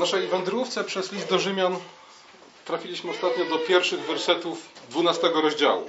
naszej wędrówce przez list do Rzymian trafiliśmy ostatnio do pierwszych wersetów 12 rozdziału.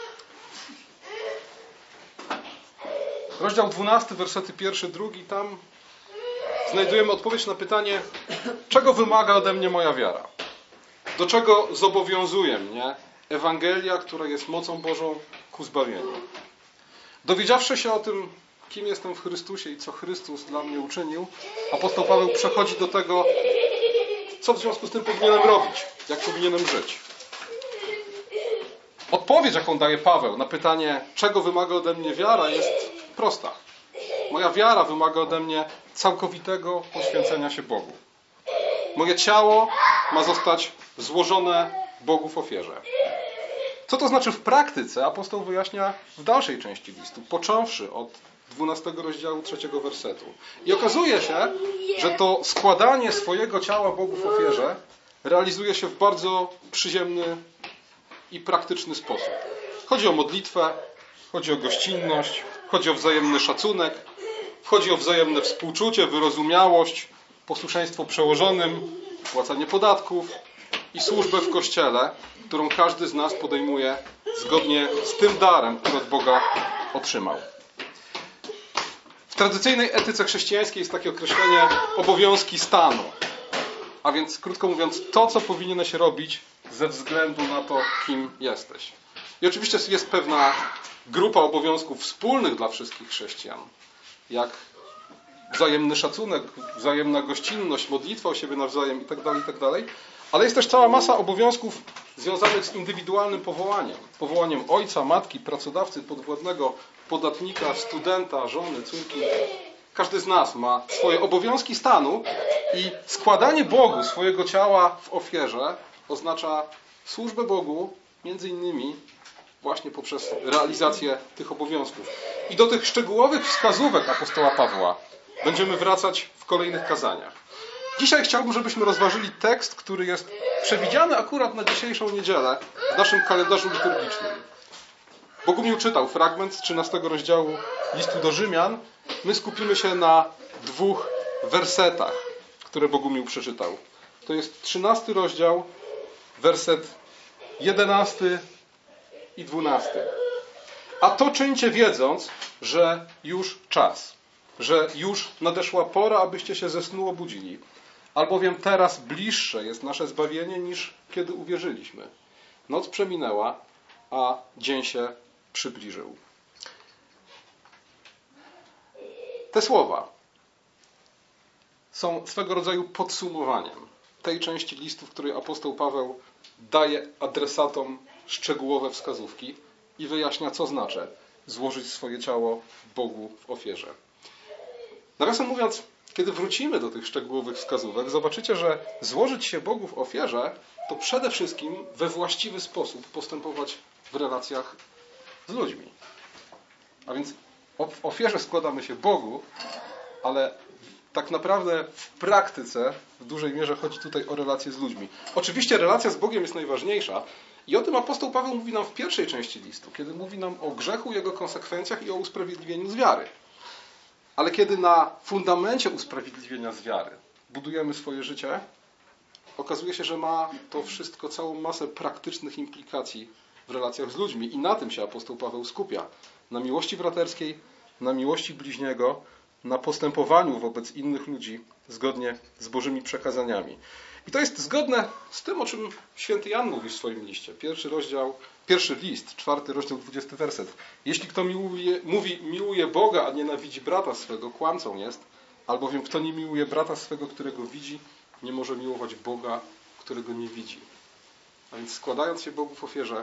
Rozdział 12, wersety 1, 2, tam znajdujemy odpowiedź na pytanie, czego wymaga ode mnie moja wiara? Do czego zobowiązuje mnie Ewangelia, która jest mocą Bożą ku zbawieniu? Dowiedziawszy się o tym, kim jestem w Chrystusie i co Chrystus dla mnie uczynił, apostoł Paweł przechodzi do tego, co w związku z tym powinienem robić, jak powinienem żyć. Odpowiedź, jaką daje Paweł na pytanie, czego wymaga ode mnie wiara, jest prosta. Moja wiara wymaga ode mnie całkowitego poświęcenia się Bogu. Moje ciało ma zostać złożone Bogu w ofierze. Co to znaczy w praktyce, apostoł wyjaśnia w dalszej części listu, począwszy od 12 rozdziału 3 wersetu. I okazuje się, że to składanie swojego ciała Bogu w ofierze realizuje się w bardzo przyziemny i praktyczny sposób. Chodzi o modlitwę, chodzi o gościnność, chodzi o wzajemny szacunek, chodzi o wzajemne współczucie, wyrozumiałość, posłuszeństwo przełożonym, płacenie podatków i służbę w Kościele, którą każdy z nas podejmuje zgodnie z tym darem, który od Boga otrzymał. W tradycyjnej etyce chrześcijańskiej jest takie określenie obowiązki stanu. A więc, krótko mówiąc, to, co powinieneś robić ze względu na to, kim jesteś. I oczywiście jest pewna grupa obowiązków wspólnych dla wszystkich chrześcijan, jak wzajemny szacunek, wzajemna gościnność, modlitwa o siebie nawzajem itd., ale jest też cała masa obowiązków związanych z indywidualnym powołaniem. Powołaniem ojca, matki, pracodawcy, podwładnego, podatnika, studenta, żony, córki. Każdy z nas ma swoje obowiązki stanu i składanie Bogu swojego ciała w ofierze oznacza służbę Bogu między innymi właśnie poprzez realizację tych obowiązków. I do tych szczegółowych wskazówek apostoła Pawła będziemy wracać w kolejnych kazaniach. Dzisiaj chciałbym, żebyśmy rozważyli tekst, który jest przewidziany akurat na dzisiejszą niedzielę w naszym kalendarzu liturgicznym. Bogumił czytał fragment z 13 rozdziału listu do Rzymian. My skupimy się na 2 wersetach, które Bogumił przeczytał. To jest 13 rozdział, werset 11 i 12. A to czyńcie wiedząc, że już czas, że już nadeszła pora, abyście się ze snu obudzili. Albowiem teraz bliższe jest nasze zbawienie, niż kiedy uwierzyliśmy. Noc przeminęła, a dzień się przybliżył. Te słowa są swego rodzaju podsumowaniem tej części listu, w której apostoł Paweł daje adresatom szczegółowe wskazówki i wyjaśnia, co znaczy złożyć swoje ciało Bogu w ofierze. Nawiasem mówiąc, kiedy wrócimy do tych szczegółowych wskazówek, zobaczycie, że złożyć się Bogu w ofierze to przede wszystkim we właściwy sposób postępować w relacjach z ludźmi. A więc w ofierze składamy się Bogu, ale tak naprawdę w praktyce w dużej mierze chodzi tutaj o relacje z ludźmi. Oczywiście relacja z Bogiem jest najważniejsza i o tym apostoł Paweł mówi nam w pierwszej części listu, kiedy mówi nam o grzechu, jego konsekwencjach i o usprawiedliwieniu z wiary. Ale kiedy na fundamencie usprawiedliwienia z wiary budujemy swoje życie, okazuje się, że ma to wszystko całą masę praktycznych implikacji w relacjach z ludźmi i na tym się apostoł Paweł skupia. Na miłości braterskiej, na miłości bliźniego, na postępowaniu wobec innych ludzi zgodnie z Bożymi przekazaniami. I to jest zgodne z tym, o czym święty Jan mówi w swoim liście. Pierwszy list, 4 rozdział, 20 werset. Jeśli kto miłuje Boga, a nienawidzi brata swego, kłamcą jest, albowiem kto nie miłuje brata swego, którego widzi, nie może miłować Boga, którego nie widzi. A więc składając się Bogu w ofierze,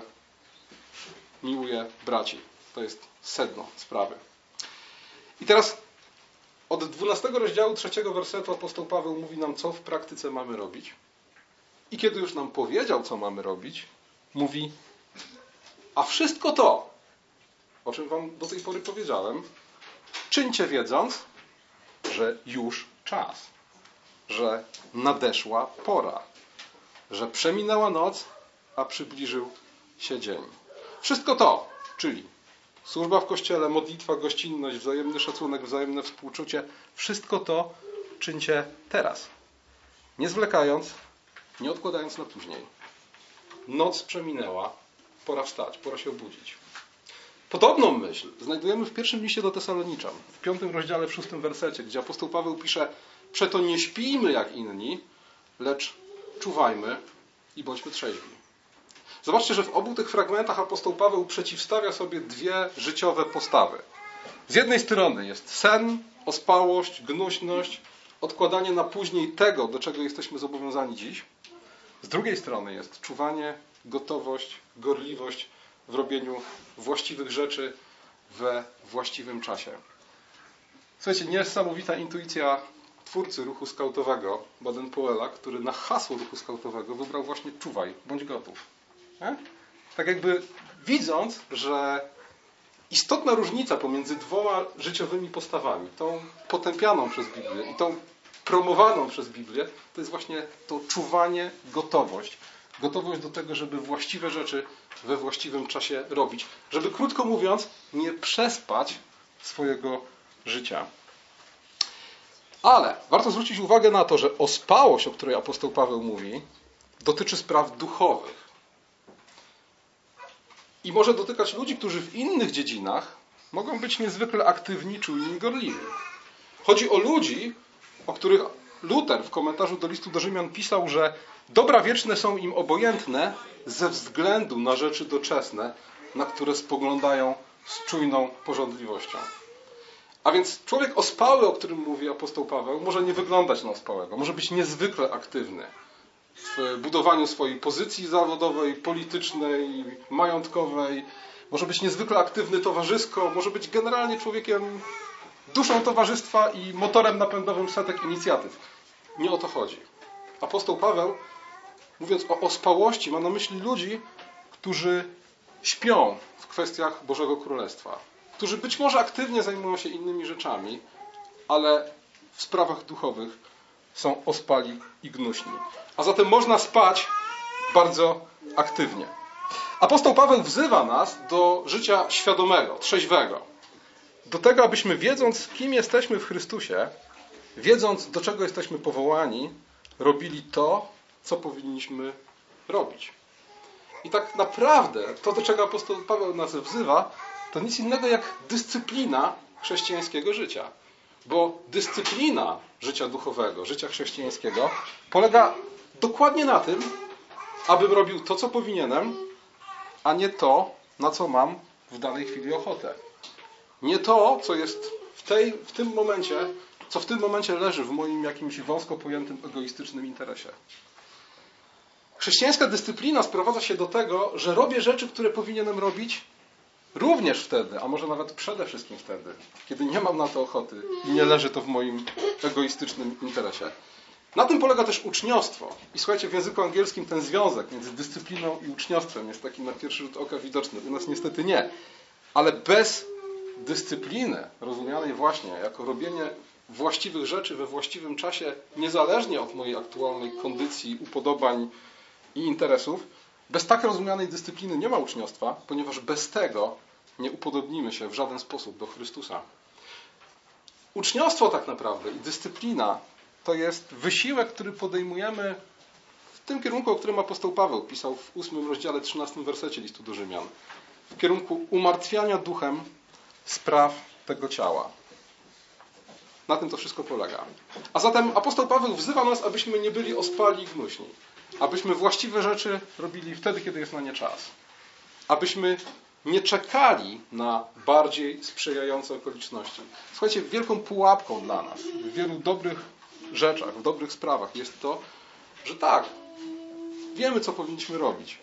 miłuje braci. To jest sedno sprawy. I teraz od 12 rozdziału 3 wersetu apostoł Paweł mówi nam, co w praktyce mamy robić. I kiedy już nam powiedział, co mamy robić, mówi, a wszystko to, o czym wam do tej pory powiedziałem, czyńcie wiedząc, że już czas, że nadeszła pora, że przeminęła noc, a przybliżył się dzień. Wszystko to, czyli służba w Kościele, modlitwa, gościnność, wzajemny szacunek, wzajemne współczucie, wszystko to czyńcie teraz. Nie zwlekając, nie odkładając na później. Noc przeminęła, pora wstać, pora się obudzić. Podobną myśl znajdujemy w pierwszym liście do Tesaloniczan, w 5 rozdziale, w 6 wersecie, gdzie apostoł Paweł pisze: przeto nie śpijmy jak inni, lecz czuwajmy i bądźmy trzeźwi. Zobaczcie, że w obu tych fragmentach apostoł Paweł przeciwstawia sobie dwie życiowe postawy. Z jednej strony jest sen, ospałość, gnuśność, odkładanie na później tego, do czego jesteśmy zobowiązani dziś. Z drugiej strony jest czuwanie, gotowość, gorliwość w robieniu właściwych rzeczy we właściwym czasie. Słuchajcie, niesamowita intuicja twórcy ruchu skautowego, Baden-Powella, który na hasło ruchu skautowego wybrał właśnie czuwaj, bądź gotów. Nie? Tak jakby widząc, że istotna różnica pomiędzy dwoma życiowymi postawami, tą potępianą przez Biblię i tą promowaną przez Biblię, to jest właśnie to czuwanie, gotowość. Gotowość do tego, żeby właściwe rzeczy we właściwym czasie robić. Żeby, krótko mówiąc, nie przespać swojego życia. Ale warto zwrócić uwagę na to, że ospałość, o której apostoł Paweł mówi, dotyczy spraw duchowych. I może dotykać ludzi, którzy w innych dziedzinach mogą być niezwykle aktywni, czujni i gorliwi. Chodzi o ludzi, o których Luter w komentarzu do listu do Rzymian pisał, że dobra wieczne są im obojętne ze względu na rzeczy doczesne, na które spoglądają z czujną pożądliwością. A więc człowiek ospały, o którym mówi apostoł Paweł, może nie wyglądać na ospałego, może być niezwykle aktywny w budowaniu swojej pozycji zawodowej, politycznej, majątkowej, może być niezwykle aktywny towarzysko, może być generalnie człowiekiem, duszą towarzystwa i motorem napędowym setek inicjatyw. Nie o to chodzi. Apostoł Paweł, mówiąc o ospałości, ma na myśli ludzi, którzy śpią w kwestiach Bożego Królestwa, którzy być może aktywnie zajmują się innymi rzeczami, ale w sprawach duchowych są ospali i gnuśni. A zatem można spać bardzo aktywnie. Apostoł Paweł wzywa nas do życia świadomego, trzeźwego. Do tego, abyśmy wiedząc, kim jesteśmy w Chrystusie, wiedząc, do czego jesteśmy powołani, robili to, co powinniśmy robić. I tak naprawdę to, do czego apostoł Paweł nas wzywa, to nic innego jak dyscyplina chrześcijańskiego życia. Bo dyscyplina życia duchowego, życia chrześcijańskiego polega dokładnie na tym, abym robił to, co powinienem, a nie to, na co mam w danej chwili ochotę. Nie to, co jest w tym momencie leży w moim jakimś wąsko pojętym egoistycznym interesie. Chrześcijańska dyscyplina sprowadza się do tego, że robię rzeczy, które powinienem robić również wtedy, a może nawet przede wszystkim wtedy, kiedy nie mam na to ochoty i nie leży to w moim egoistycznym interesie. Na tym polega też uczniostwo. I słuchajcie, w języku angielskim ten związek między dyscypliną i uczniostwem jest taki na pierwszy rzut oka widoczny. U nas niestety nie. Ale bez dyscypliny, rozumianej właśnie jako robienie właściwych rzeczy we właściwym czasie, niezależnie od mojej aktualnej kondycji, upodobań i interesów, bez tak rozumianej dyscypliny nie ma uczniostwa, ponieważ bez tego nie upodobnimy się w żaden sposób do Chrystusa. Uczniostwo tak naprawdę i dyscyplina to jest wysiłek, który podejmujemy w tym kierunku, o którym apostoł Paweł pisał w 8 rozdziale 13 wersecie listu do Rzymian. W kierunku umartwiania duchem spraw tego ciała. Na tym to wszystko polega. A zatem apostoł Paweł wzywa nas, abyśmy nie byli ospali i gnuśni. Abyśmy właściwe rzeczy robili wtedy, kiedy jest na nie czas. Abyśmy nie czekali na bardziej sprzyjające okoliczności. Słuchajcie, wielką pułapką dla nas w wielu dobrych rzeczach, w dobrych sprawach jest to, że tak, wiemy, co powinniśmy robić,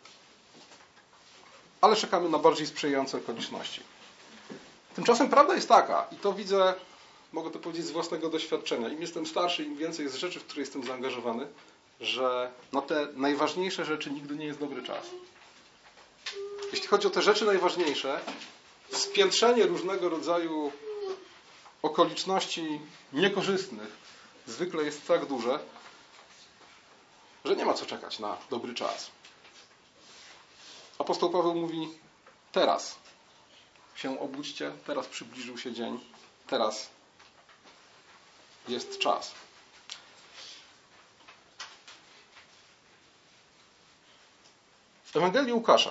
ale czekamy na bardziej sprzyjające okoliczności. Tymczasem prawda jest taka, i to widzę, mogę to powiedzieć z własnego doświadczenia, im jestem starszy, im więcej jest rzeczy, w które jestem zaangażowany, że na te najważniejsze rzeczy nigdy nie jest dobry czas. Jeśli chodzi o te rzeczy najważniejsze, spiętrzenie różnego rodzaju okoliczności niekorzystnych zwykle jest tak duże, że nie ma co czekać na dobry czas. Apostoł Paweł mówi: teraz się obudźcie, teraz przybliżył się dzień, teraz jest czas. Ewangelii Łukasza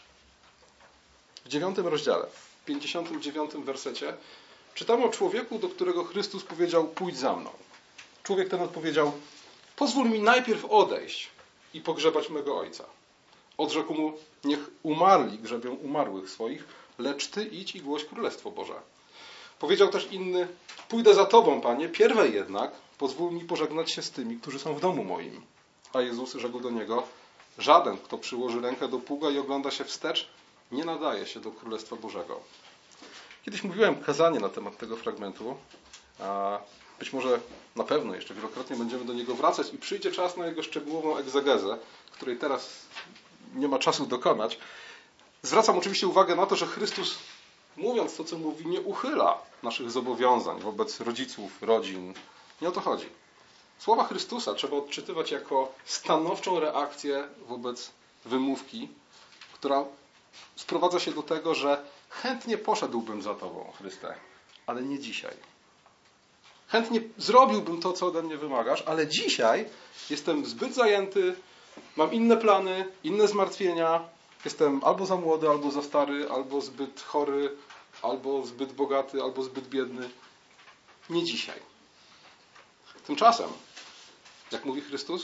w 9 rozdziale, w 59 wersecie czytamy o człowieku, do którego Chrystus powiedział: pójdź za mną. Człowiek ten odpowiedział: pozwól mi najpierw odejść i pogrzebać mego ojca. Odrzekł mu: niech umarli grzebią umarłych swoich, lecz ty idź i głoś Królestwo Boże. Powiedział też inny: pójdę za tobą, Panie, pierwej jednak pozwól mi pożegnać się z tymi, którzy są w domu moim. A Jezus rzekł do niego: żaden, kto przyłoży rękę do pługa i ogląda się wstecz, nie nadaje się do Królestwa Bożego. Kiedyś mówiłem kazanie na temat tego fragmentu. Być może na pewno jeszcze wielokrotnie będziemy do niego wracać i przyjdzie czas na jego szczegółową egzegezę, której teraz nie ma czasu dokonać. Zwracam oczywiście uwagę na to, że Chrystus, mówiąc to, co mówi, nie uchyla naszych zobowiązań wobec rodziców, rodzin. Nie o to chodzi. Słowa Chrystusa trzeba odczytywać jako stanowczą reakcję wobec wymówki, która sprowadza się do tego, że chętnie poszedłbym za Tobą, Chryste, ale nie dzisiaj. Chętnie zrobiłbym to, co ode mnie wymagasz, ale dzisiaj jestem zbyt zajęty, mam inne plany, inne zmartwienia, jestem albo za młody, albo za stary, albo zbyt chory, albo zbyt bogaty, albo zbyt biedny. Nie dzisiaj. Tymczasem, jak mówi Chrystus,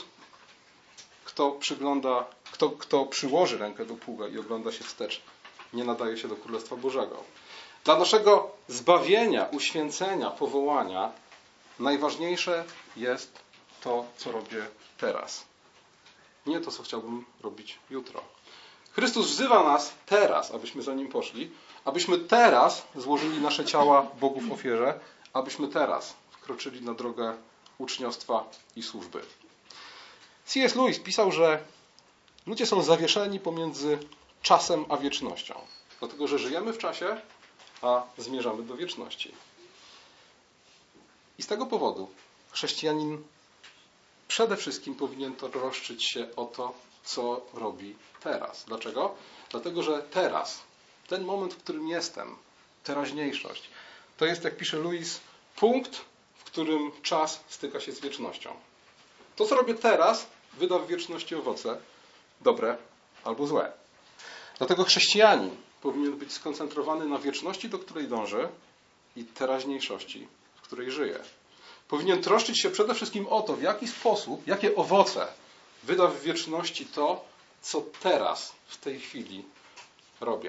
kto przyłoży rękę do pługa i ogląda się wstecz, nie nadaje się do Królestwa Bożego. Dla naszego zbawienia, uświęcenia, powołania najważniejsze jest to, co robię teraz. Nie to, co chciałbym robić jutro. Chrystus wzywa nas teraz, abyśmy za Nim poszli, abyśmy teraz złożyli nasze ciała Bogu w ofierze, abyśmy teraz wkroczyli na drogę uczniostwa i służby. C.S. Lewis pisał, że ludzie są zawieszeni pomiędzy czasem a wiecznością. Dlatego, że żyjemy w czasie, a zmierzamy do wieczności. I z tego powodu chrześcijanin przede wszystkim powinien troszczyć się o to, co robi teraz. Dlaczego? Dlatego, że teraz, ten moment, w którym jestem, teraźniejszość, to jest, jak pisze Lewis, punkt, w którym czas styka się z wiecznością. To, co robię teraz, wyda w wieczności owoce, dobre albo złe. Dlatego chrześcijanin powinien być skoncentrowany na wieczności, do której dąży, i teraźniejszości, w której żyje. Powinien troszczyć się przede wszystkim o to, w jaki sposób, jakie owoce wyda w wieczności to, co teraz, w tej chwili robię.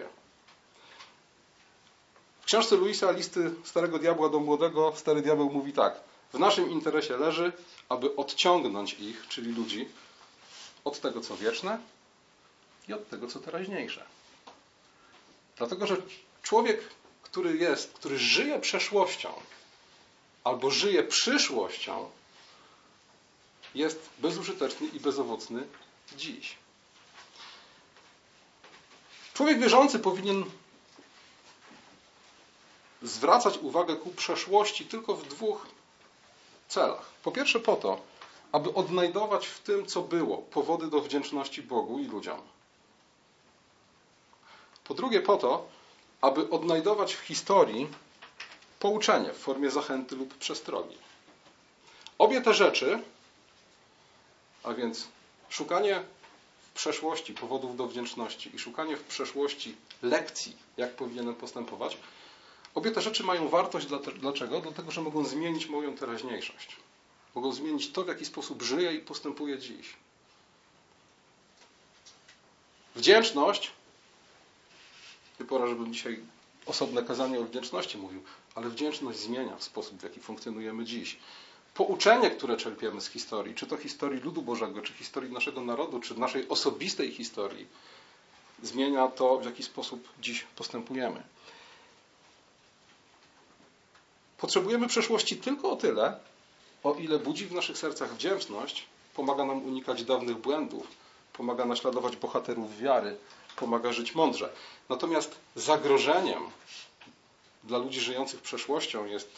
W książce Lewisa Listy Starego Diabła do Młodego Stary Diabeł mówi tak: w naszym interesie leży, aby odciągnąć ich, czyli ludzi, od tego, co wieczne i od tego, co teraźniejsze. Dlatego, że człowiek, który żyje przeszłością albo żyje przyszłością, jest bezużyteczny i bezowocny dziś. Człowiek wierzący powinien zwracać uwagę ku przeszłości tylko w dwóch celach. Po pierwsze po to, aby odnajdować w tym, co było, powody do wdzięczności Bogu i ludziom. Po drugie po to, aby odnajdować w historii pouczenie w formie zachęty lub przestrogi. Obie te rzeczy, a więc szukanie w przeszłości powodów do wdzięczności i szukanie w przeszłości lekcji, jak powinienem postępować, obie te rzeczy mają wartość. Dlaczego? Dlatego, że mogą zmienić moją teraźniejszość. Mogą zmienić to, w jaki sposób żyję i postępuję dziś. Wdzięczność, nie pora, żebym dzisiaj osobne kazanie o wdzięczności mówił, ale wdzięczność zmienia sposób, w jaki funkcjonujemy dziś. Pouczenie, które czerpiemy z historii, czy to historii ludu Bożego, czy historii naszego narodu, czy naszej osobistej historii, zmienia to, w jaki sposób dziś postępujemy. Potrzebujemy przeszłości tylko o tyle, o ile budzi w naszych sercach wdzięczność, pomaga nam unikać dawnych błędów, pomaga naśladować bohaterów wiary, pomaga żyć mądrze. Natomiast zagrożeniem dla ludzi żyjących przeszłością jest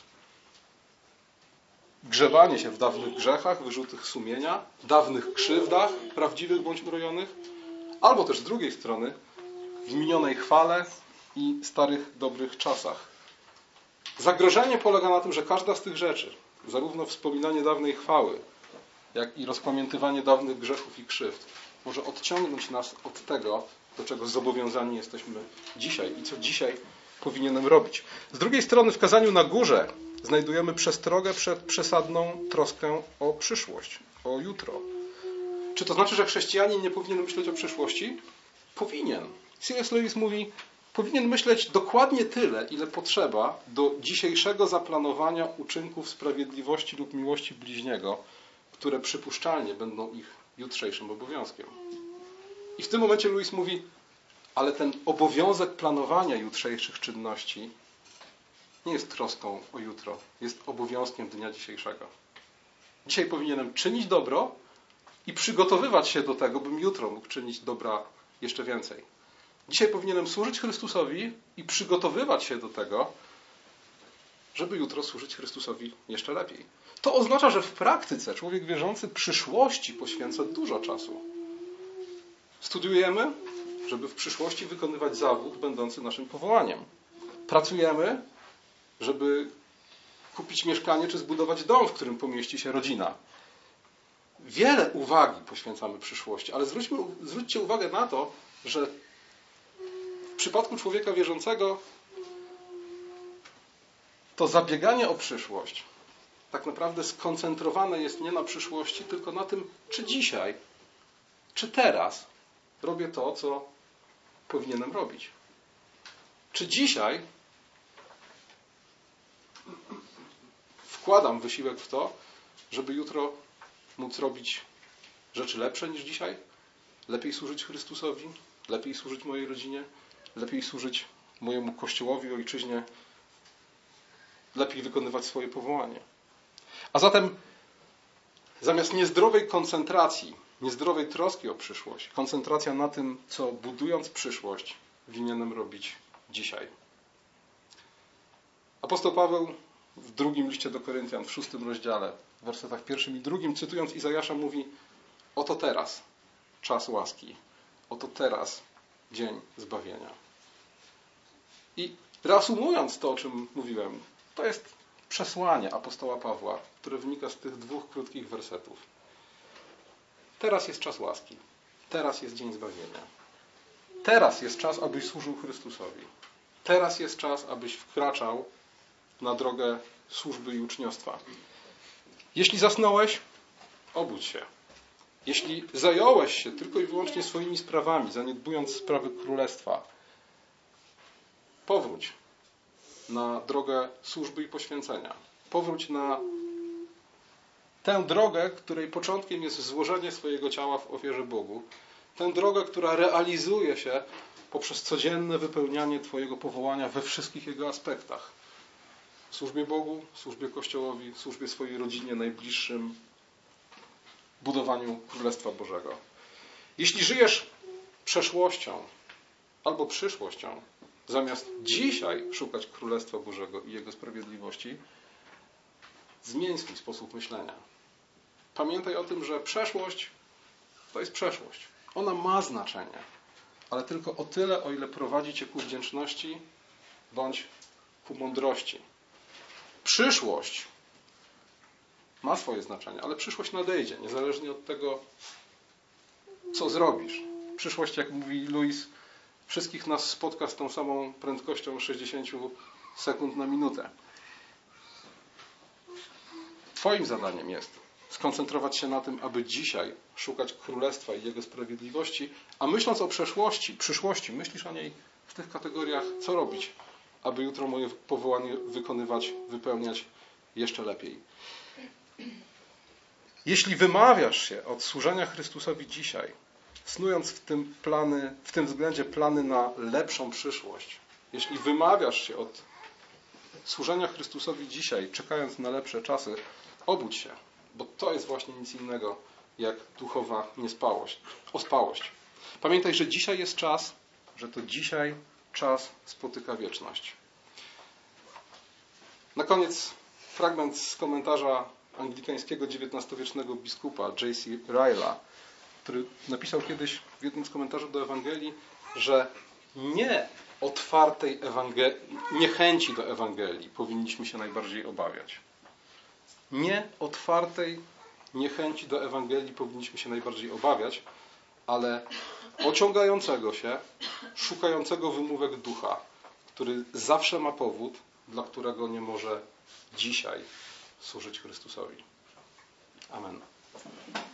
grzebanie się w dawnych grzechach, wyrzutach sumienia, dawnych krzywdach, prawdziwych bądź mrojonych, albo też z drugiej strony w minionej chwale i starych, dobrych czasach. Zagrożenie polega na tym, że każda z tych rzeczy, zarówno wspominanie dawnej chwały, jak i rozpamiętywanie dawnych grzechów i krzywd, może odciągnąć nas od tego, do czego zobowiązani jesteśmy dzisiaj i co dzisiaj powinienem robić. Z drugiej strony w kazaniu na górze znajdujemy przestrogę przed przesadną troskę o przyszłość, o jutro. Czy to znaczy, że chrześcijanin nie powinien myśleć o przyszłości? Powinien. C.S. Lewis mówi, powinien myśleć dokładnie tyle, ile potrzeba do dzisiejszego zaplanowania uczynków sprawiedliwości lub miłości bliźniego, które przypuszczalnie będą ich jutrzejszym obowiązkiem. I w tym momencie Lewis mówi, ale ten obowiązek planowania jutrzejszych czynności nie jest troską o jutro, jest obowiązkiem dnia dzisiejszego. Dzisiaj powinienem czynić dobro i przygotowywać się do tego, bym jutro mógł czynić dobra jeszcze więcej. Dzisiaj powinienem służyć Chrystusowi i przygotowywać się do tego, żeby jutro służyć Chrystusowi jeszcze lepiej. To oznacza, że w praktyce człowiek wierzący przyszłości poświęca dużo czasu. Studiujemy, żeby w przyszłości wykonywać zawód będący naszym powołaniem. Pracujemy, żeby kupić mieszkanie czy zbudować dom, w którym pomieści się rodzina. Wiele uwagi poświęcamy przyszłości, ale zwróćcie uwagę na to, że w przypadku człowieka wierzącego to zabieganie o przyszłość tak naprawdę skoncentrowane jest nie na przyszłości, tylko na tym, czy dzisiaj, czy teraz robię to, co powinienem robić. Czy dzisiaj wkładam wysiłek w to, żeby jutro móc robić rzeczy lepsze niż dzisiaj, lepiej służyć Chrystusowi, lepiej służyć mojej rodzinie, lepiej służyć mojemu Kościołowi, ojczyźnie, lepiej wykonywać swoje powołanie. A zatem zamiast niezdrowej koncentracji, niezdrowej troski o przyszłość, koncentracja na tym, co budując przyszłość powinienem robić dzisiaj. Apostoł Paweł w drugim liście do Koryntian, w 6 rozdziale, w wersetach 1 i 2, cytując Izajasza, mówi: oto teraz czas łaski, oto teraz dzień zbawienia. I reasumując to, o czym mówiłem, to jest przesłanie apostoła Pawła, które wynika z tych 2 krótkich wersetów. Teraz jest czas łaski. Teraz jest dzień zbawienia. Teraz jest czas, abyś służył Chrystusowi. Teraz jest czas, abyś wkraczał na drogę służby i uczniostwa. Jeśli zasnąłeś, obudź się. Jeśli zająłeś się tylko i wyłącznie swoimi sprawami, zaniedbując sprawy królestwa, powróć na drogę służby i poświęcenia. Powróć na tę drogę, której początkiem jest złożenie swojego ciała w ofierze Bogu. Tę drogę, która realizuje się poprzez codzienne wypełnianie Twojego powołania we wszystkich jego aspektach. W służbie Bogu, w służbie Kościołowi, w służbie swojej rodzinie, najbliższym, budowaniu Królestwa Bożego. Jeśli żyjesz przeszłością albo przyszłością, zamiast dzisiaj szukać Królestwa Bożego i Jego sprawiedliwości, zmień swój sposób myślenia. Pamiętaj o tym, że przeszłość to jest przeszłość. Ona ma znaczenie, ale tylko o tyle, o ile prowadzi Cię ku wdzięczności bądź ku mądrości. Przyszłość ma swoje znaczenie, ale przyszłość nadejdzie, niezależnie od tego, co zrobisz. Przyszłość, jak mówi Lewis, wszystkich nas spotka z tą samą prędkością 60 sekund na minutę. Twoim zadaniem jest skoncentrować się na tym, aby dzisiaj szukać Królestwa i Jego sprawiedliwości, a myśląc o przyszłości, myślisz o niej w tych kategoriach, co robić, aby jutro moje powołanie wykonywać, wypełniać jeszcze lepiej. Jeśli wymawiasz się od służenia Chrystusowi dzisiaj, snując w tym względzie plany na lepszą przyszłość, jeśli wymawiasz się od służenia Chrystusowi dzisiaj, czekając na lepsze czasy, obudź się, bo to jest właśnie nic innego jak duchowa ospałość. Pamiętaj, że dzisiaj jest czas, że to dzisiaj czas spotyka wieczność. Na koniec fragment z komentarza anglikańskiego XIX-wiecznego biskupa J.C. Ryle'a, który napisał kiedyś w jednym z komentarzy do Ewangelii, że nie otwartej niechęci do Ewangelii powinniśmy się najbardziej obawiać. Nie otwartej niechęci do Ewangelii powinniśmy się najbardziej obawiać, ale ociągającego się, szukającego wymówek ducha, który zawsze ma powód, dla którego nie może dzisiaj służyć Chrystusowi. Amen.